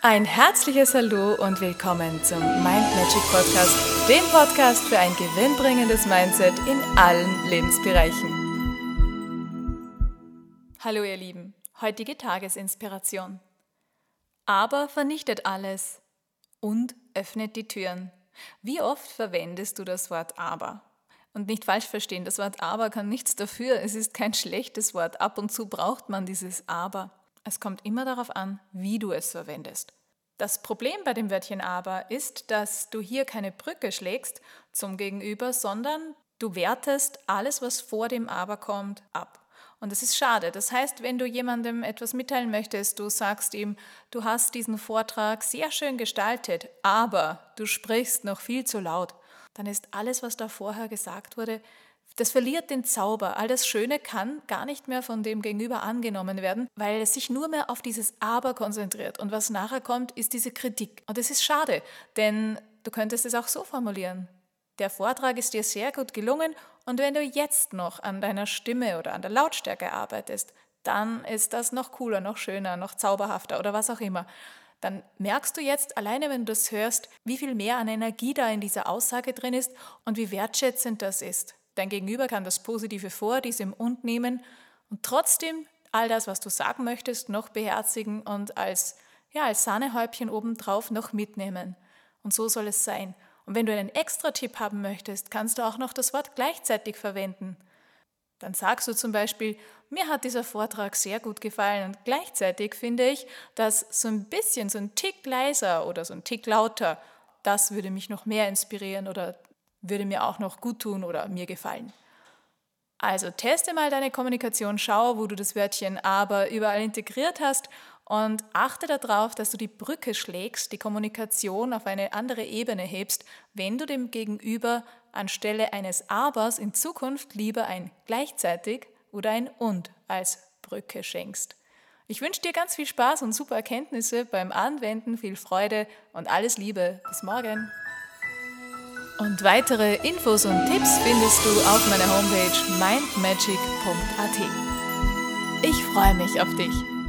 Ein herzliches Hallo und willkommen zum Mind Magic Podcast, dem Podcast für ein gewinnbringendes Mindset in allen Lebensbereichen. Hallo ihr Lieben, heutige Tagesinspiration. Aber vernichtet alles und öffnet die Türen. Wie oft verwendest du das Wort aber? Und nicht falsch verstehen, das Wort aber kann nichts dafür, es ist kein schlechtes Wort. Ab und zu braucht man dieses aber. Es kommt immer darauf an, wie du es verwendest. Das Problem bei dem Wörtchen aber ist, dass du hier keine Brücke schlägst zum Gegenüber, sondern du wertest alles, was vor dem aber kommt, ab. Und das ist schade. Das heißt, wenn du jemandem etwas mitteilen möchtest, du sagst ihm, du hast diesen Vortrag sehr schön gestaltet, aber du sprichst noch viel zu laut, dann ist alles, was da vorher gesagt wurde, das verliert den Zauber. All das Schöne kann gar nicht mehr von dem Gegenüber angenommen werden, weil es sich nur mehr auf dieses Aber konzentriert. Und was nachher kommt, ist diese Kritik. Und das ist schade, denn du könntest es auch so formulieren. Der Vortrag ist dir sehr gut gelungen und wenn du jetzt noch an deiner Stimme oder an der Lautstärke arbeitest, dann ist das noch cooler, noch schöner, noch zauberhafter oder was auch immer. Dann merkst du jetzt, alleine wenn du das hörst, wie viel mehr an Energie da in dieser Aussage drin ist und wie wertschätzend das ist. Dein Gegenüber kann das Positive vor diesem Und nehmen und trotzdem all das, was du sagen möchtest, noch beherzigen und als Sahnehäubchen obendrauf noch mitnehmen. Und so soll es sein. Und wenn du einen Extra-Tipp haben möchtest, kannst du auch noch das Wort gleichzeitig verwenden. Dann sagst du zum Beispiel, mir hat dieser Vortrag sehr gut gefallen und gleichzeitig finde ich, dass so ein bisschen, so ein Tick leiser oder so ein Tick lauter, das würde mich noch mehr inspirieren oder würde mir auch noch gut tun oder mir gefallen. Also teste mal deine Kommunikation, schau, wo du das Wörtchen aber überall integriert hast und achte darauf, dass du die Brücke schlägst, die Kommunikation auf eine andere Ebene hebst, wenn du dem Gegenüber anstelle eines Abers in Zukunft lieber ein gleichzeitig oder ein und als Brücke schenkst. Ich wünsche dir ganz viel Spaß und super Erkenntnisse beim Anwenden, viel Freude und alles Liebe. Bis morgen! Und weitere Infos und Tipps findest du auf meiner Homepage mindmagic.at. Ich freue mich auf dich.